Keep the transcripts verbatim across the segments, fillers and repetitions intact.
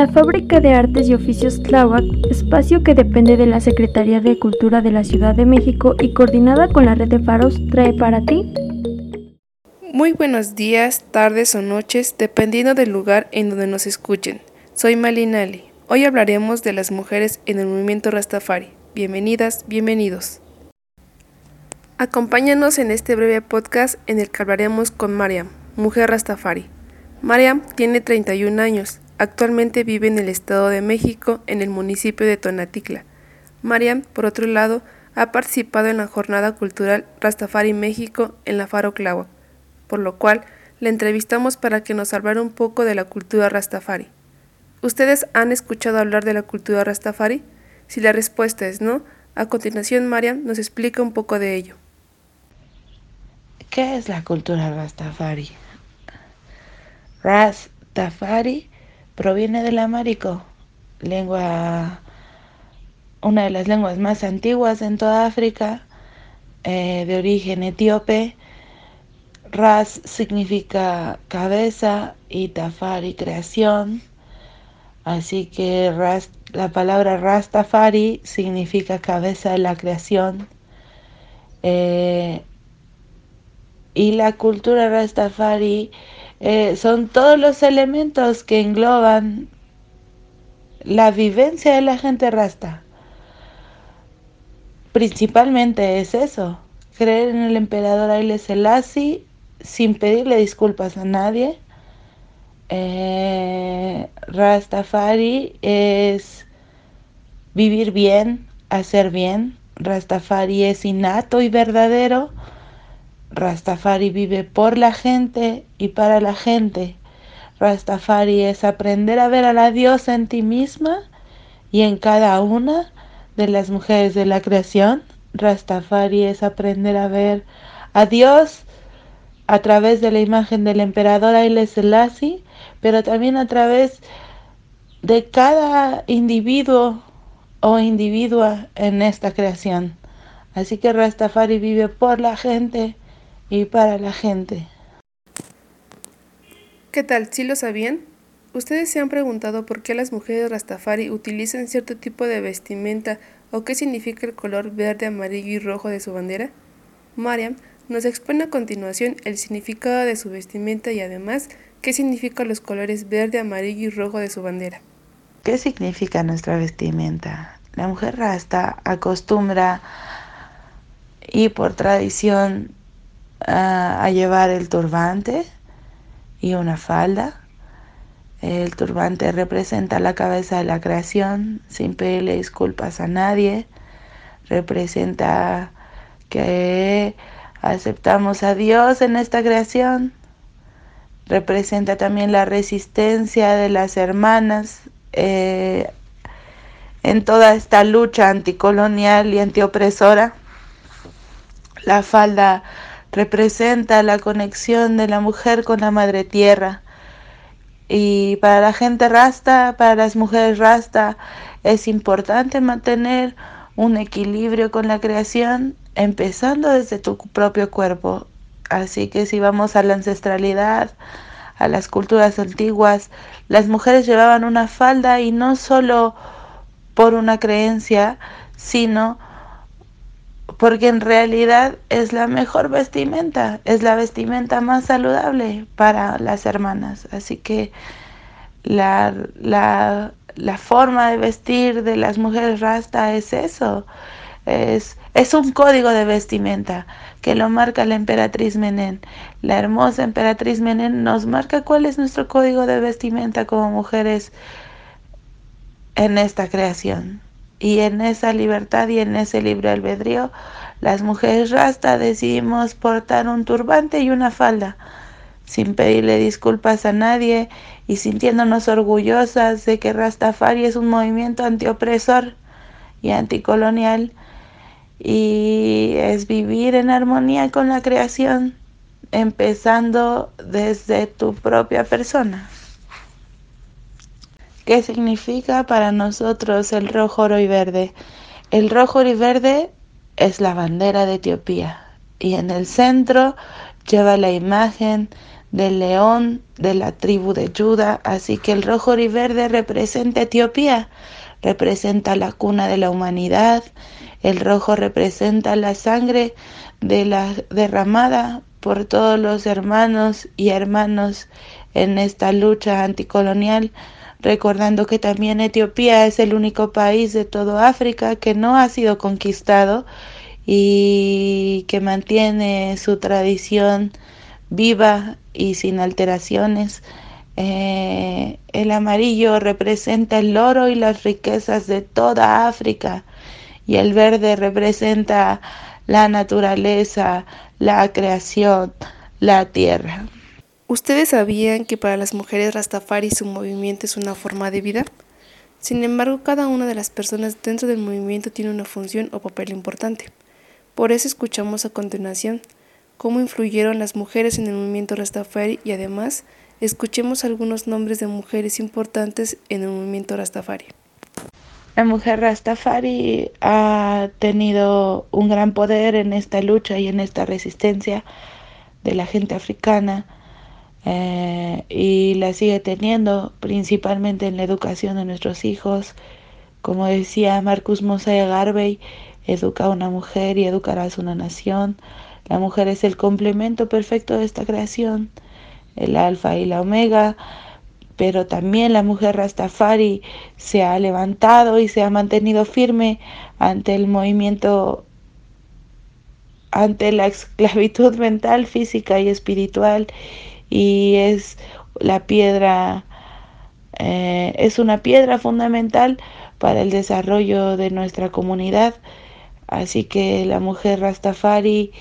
La Fábrica de Artes y Oficios Tláhuac, espacio que depende de la Secretaría de Cultura de la Ciudad de México y coordinada con la Red de Faros, trae para ti. Muy buenos días, tardes o noches, dependiendo del lugar en donde nos escuchen. Soy Malina Ali. Hoy hablaremos de las mujeres en el movimiento Rastafari. Bienvenidas, bienvenidos. Acompáñanos en este breve podcast en el que hablaremos con Mariam, mujer Rastafari. Mariam tiene treinta y un años. Actualmente vive en el Estado de México, en el municipio de Tonatitlán. Mariam, por otro lado, ha participado en la Jornada Cultural Rastafari México en la Faro Tláhuac, por lo cual la entrevistamos para que nos hablara un poco de la cultura Rastafari. ¿Ustedes han escuchado hablar de la cultura Rastafari? Si la respuesta es no, a continuación Mariam nos explica un poco de ello. ¿Qué es la cultura Rastafari? Rastafari proviene del amárico, lengua, una de las lenguas más antiguas en toda África, eh, de origen etíope. Ras significa cabeza y Tafari creación, así que ras, la palabra Rastafari significa cabeza de la creación. Eh, y la cultura Rastafari eh, son todos los elementos que engloban la vivencia de la gente rasta. Principalmente es eso, creer en el emperador Haile Selassie sin pedirle disculpas a nadie. Eh, Rastafari es vivir bien, hacer bien. Rastafari es innato y verdadero. Rastafari vive por la gente y para la gente. Rastafari es aprender a ver a la diosa en ti misma y en cada una de las mujeres de la creación. Rastafari es aprender a ver a Dios a través de la imagen del emperador Haile Selassie, pero también a través de cada individuo o individua en esta creación. Así que Rastafari vive por la gente y para la gente. ¿Qué tal? ¿Sí lo sabían? ¿Ustedes se han preguntado por qué las mujeres Rastafari utilizan cierto tipo de vestimenta o qué significa el color verde, amarillo y rojo de su bandera? Mariam nos expone a continuación el significado de su vestimenta y además qué significan los colores verde, amarillo y rojo de su bandera. ¿Qué significa nuestra vestimenta? La mujer rasta acostumbra y por tradición a, a llevar el turbante y una falda. El turbante representa la cabeza de la creación, sin pedirle disculpas a nadie. Representa que aceptamos a Dios en esta creación. Representa también la resistencia de las hermanas eh, en toda esta lucha anticolonial y antiopresora. La falda representa la conexión de la mujer con la madre tierra. Y para la gente rasta, para las mujeres rasta, es importante mantener un equilibrio con la creación, empezando desde tu propio cuerpo. Así que si vamos a la ancestralidad, a las culturas antiguas, las mujeres llevaban una falda y no solo por una creencia, sino porque en realidad es la mejor vestimenta, es la vestimenta más saludable para las hermanas. Así que la, la, la forma de vestir de las mujeres rasta es eso, es, es un código de vestimenta que lo marca la emperatriz Menen. La hermosa emperatriz Menen nos marca cuál es nuestro código de vestimenta como mujeres en esta creación. Y en esa libertad y en ese libre albedrío, las mujeres rasta decidimos portar un turbante y una falda, sin pedirle disculpas a nadie y sintiéndonos orgullosas de que Rastafari es un movimiento antiopresor y anticolonial, y es vivir en armonía con la creación, empezando desde tu propia persona. ¿Qué significa para nosotros el rojo, oro y verde? El rojo, oro y verde es la bandera de Etiopía y en el centro lleva la imagen del león de la tribu de Judá. Así que el rojo y verde representa Etiopía, representa la cuna de la humanidad. El rojo representa la sangre de la derramada por todos los hermanos y hermanos en esta lucha anticolonial, recordando que también Etiopía es el único país de todo África que no ha sido conquistado y que mantiene su tradición viva y sin alteraciones. Eh, el amarillo representa el oro y las riquezas de toda África, y el verde representa la naturaleza, la creación, la tierra. ¿Ustedes sabían que para las mujeres rastafari su movimiento es una forma de vida? Sin embargo, cada una de las personas dentro del movimiento tiene una función o papel importante. Por eso escuchamos a continuación cómo influyeron las mujeres en el movimiento rastafari y además escuchemos algunos nombres de mujeres importantes en el movimiento rastafari. La mujer rastafari ha tenido un gran poder en esta lucha y en esta resistencia de la gente africana, eh, y la sigue teniendo principalmente en la educación de nuestros hijos. Como decía Marcus Mosiah Garvey, educa a una mujer y educarás una nación. La mujer es el complemento perfecto de esta creación, el alfa y la omega, pero también la mujer rastafari se ha levantado y se ha mantenido firme ante el movimiento, ante la esclavitud mental, física y espiritual, y es la piedra, eh, es una piedra fundamental para el desarrollo de nuestra comunidad. Así que la mujer rastafari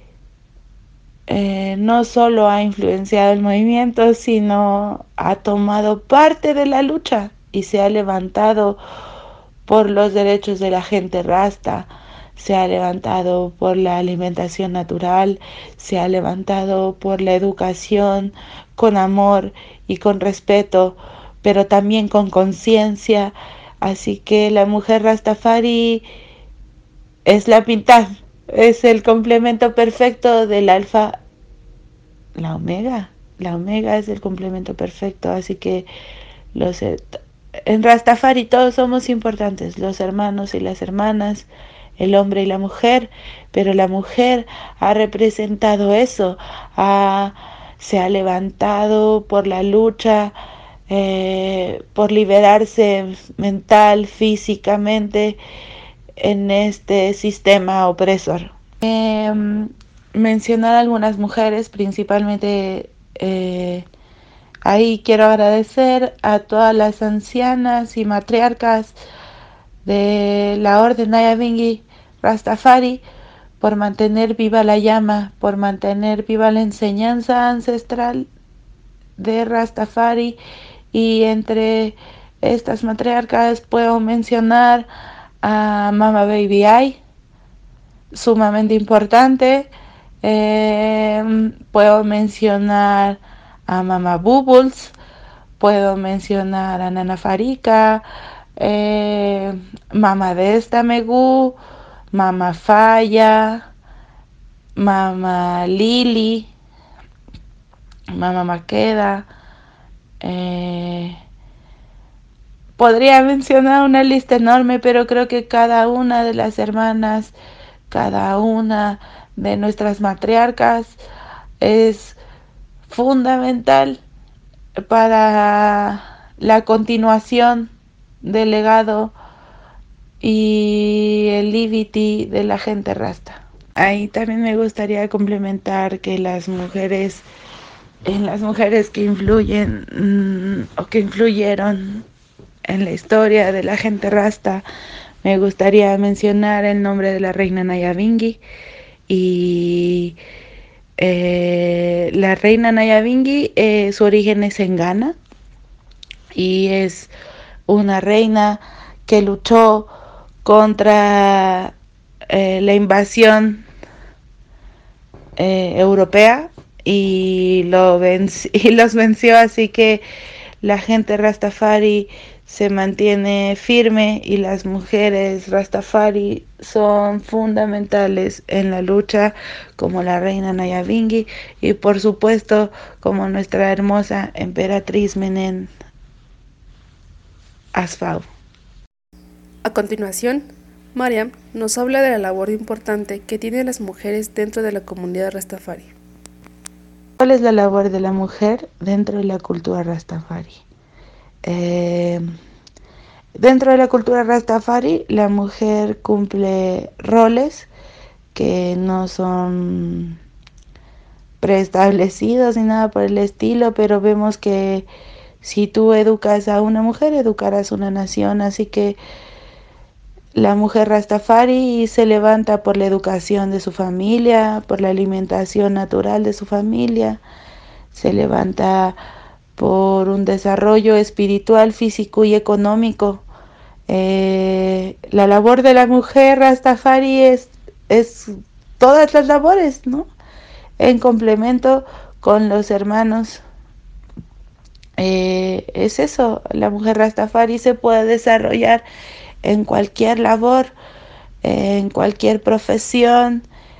eh, no solo ha influenciado el movimiento, sino ha tomado parte de la lucha y se ha levantado por los derechos de la gente rasta, se ha levantado por la alimentación natural, se ha levantado por la educación con amor y con respeto, pero también con conciencia. Así que la mujer rastafari es la mitad, es el complemento perfecto del alfa, la omega. La omega es el complemento perfecto, así que los en Rastafari todos somos importantes, los hermanos y las hermanas, el hombre y la mujer, pero la mujer ha representado eso, ha, se ha levantado por la lucha, eh, por liberarse mental, físicamente, en este sistema opresor. Eh, mencionar algunas mujeres, principalmente eh, ahí quiero agradecer a todas las ancianas y matriarcas de la Orden Nyabinghi Rastafari por mantener viva la llama, por mantener viva la enseñanza ancestral de Rastafari, y entre estas matriarcas puedo mencionar a Mama Baby I, sumamente importante. Eh, puedo mencionar a Mama Bubbles, puedo mencionar a Nana Farika, eh, Mama Desta Megu, Mama Faya, Mama Lili, Mama Maqueda. Eh, podría mencionar una lista enorme, pero creo que cada una de las hermanas, cada una de nuestras matriarcas es fundamental para la continuación del legado y el livity de la gente rasta. Ahí también me gustaría complementar que las mujeres, en las mujeres que influyen mmm, o que influyeron en la historia de la gente rasta, me gustaría mencionar el nombre de la reina Nyabinghi. Y eh, la reina Nyabinghi, eh, su origen es en Ghana, y es una reina que luchó contra eh, la invasión eh, europea y, lo venci- y los venció. Así que la gente Rastafari se mantiene firme y las mujeres Rastafari son fundamentales en la lucha, como la reina Nyabinghi y por supuesto como nuestra hermosa emperatriz Menen Asfau. A continuación, Mariam nos habla de la labor importante que tienen las mujeres dentro de la comunidad Rastafari. ¿Cuál es la labor de la mujer dentro de la cultura Rastafari? Eh, dentro de la cultura Rastafari, la mujer cumple roles que no son preestablecidos ni nada por el estilo, pero vemos que si tú educas a una mujer, educarás una nación, así que la mujer Rastafari se levanta por la educación de su familia, por la alimentación natural de su familia, se levanta por un desarrollo espiritual, físico y económico. Eh, la labor de la mujer Rastafari es, es todas las labores, ¿no? En complemento con los hermanos. Eh, es eso, la mujer Rastafari se puede desarrollar en cualquier labor, eh, en cualquier profesión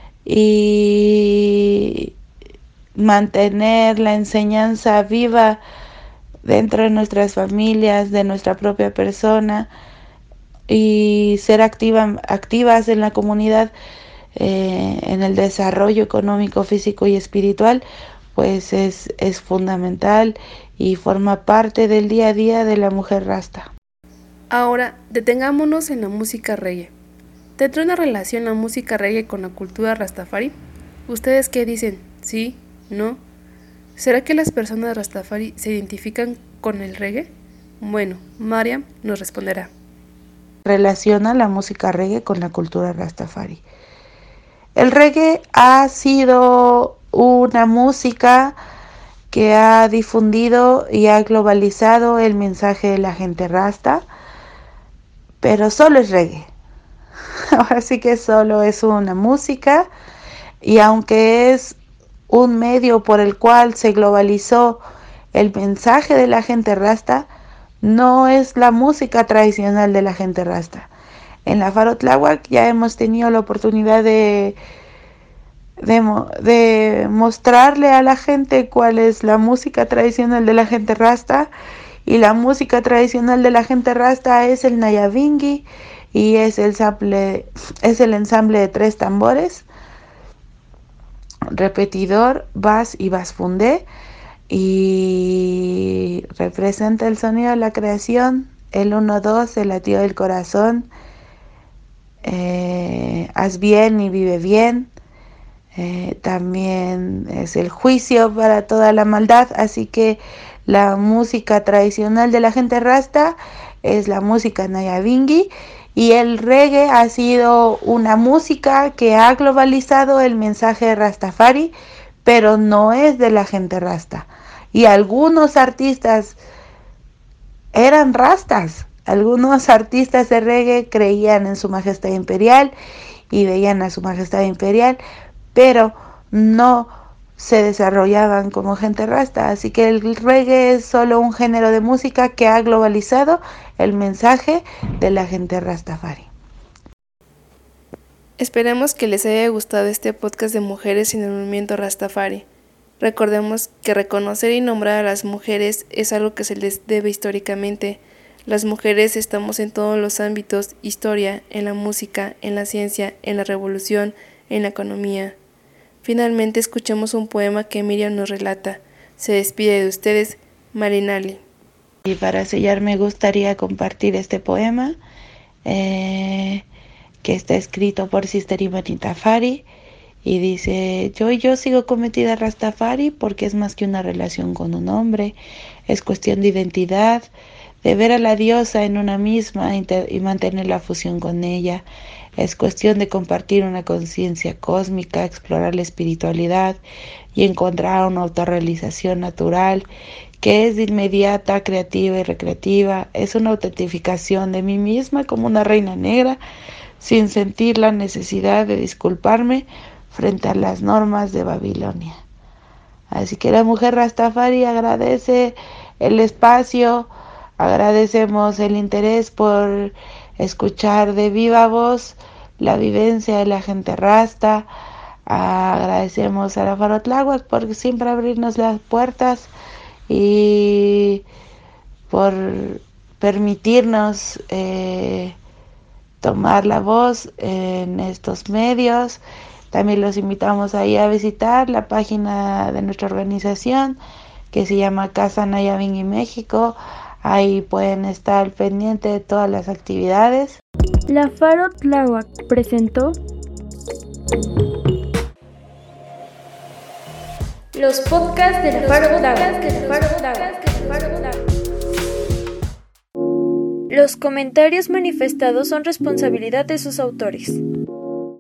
y mantener la enseñanza viva dentro de nuestras familias, de nuestra propia persona y ser activa, activas en la comunidad, eh, en el desarrollo económico, físico y espiritual, pues es, es fundamental y forma parte del día a día de la mujer rasta. Ahora, detengámonos en la música reggae. ¿Tendrá una relación la música reggae con la cultura Rastafari? ¿Ustedes qué dicen? ¿Sí? ¿No? ¿Será que las personas Rastafari se identifican con el reggae? Bueno, Mariam nos responderá. Relaciona la música reggae con la cultura Rastafari. El reggae ha sido una música que ha difundido y ha globalizado el mensaje de la gente rasta, pero solo es reggae. Así que solo es una música y aunque es un medio por el cual se globalizó el mensaje de la gente rasta, no es la música tradicional de la gente rasta. En la Faro Tláhuac ya hemos tenido la oportunidad de, de, de mostrarle a la gente cuál es la música tradicional de la gente rasta, y la música tradicional de la gente rasta es el Nyabinghi y es el, sample, es el ensamble de tres tambores, repetidor, bass y bass fundé, y representa el sonido de la creación, el uno dos, el latido del corazón, eh, haz bien y vive bien, eh, también es el juicio para toda la maldad. Así que la música tradicional de la gente rasta es la música Nyabinghi y el reggae ha sido una música que ha globalizado el mensaje de Rastafari, pero no es de la gente rasta. Y algunos artistas eran rastas, algunos artistas de reggae creían en su majestad imperial y veían a su majestad imperial, pero no se desarrollaban como gente rasta. Así que el reggae es solo un género de música que ha globalizado el mensaje de la gente Rastafari. Esperemos que les haya gustado este podcast de mujeres en el movimiento Rastafari. Recordemos que reconocer y nombrar a las mujeres es algo que se les debe históricamente. Las mujeres estamos en todos los ámbitos: historia, en la música, en la ciencia, en la revolución, en la economía. Finalmente escuchemos un poema que Miriam nos relata. Se despide de ustedes, Marinali. Y para sellar me gustaría compartir este poema eh, que está escrito por Sister Ivanita Fari y dice: yo y yo sigo cometida Rastafari porque es más que una relación con un hombre, es cuestión de identidad, de ver a la diosa en una misma y mantener la fusión con ella. Es cuestión de compartir una conciencia cósmica, explorar la espiritualidad y encontrar una autorrealización natural que es inmediata, creativa y recreativa. Es una autentificación de mí misma como una reina negra, sin sentir la necesidad de disculparme frente a las normas de Babilonia. Así que la mujer Rastafari agradece el espacio, agradecemos el interés por escuchar de viva voz la vivencia de la gente rasta. Agradecemos a la Faro Tláhuac por siempre abrirnos las puertas y por permitirnos eh, tomar la voz en estos medios. También los invitamos ahí a visitar la página de nuestra organización que se llama Casa Nayabingui México. Ahí pueden estar pendientes de todas las actividades. La Faro Tláhuac presentó los podcasts de la Faro Tláhuac. Los comentarios manifestados son responsabilidad de sus autores.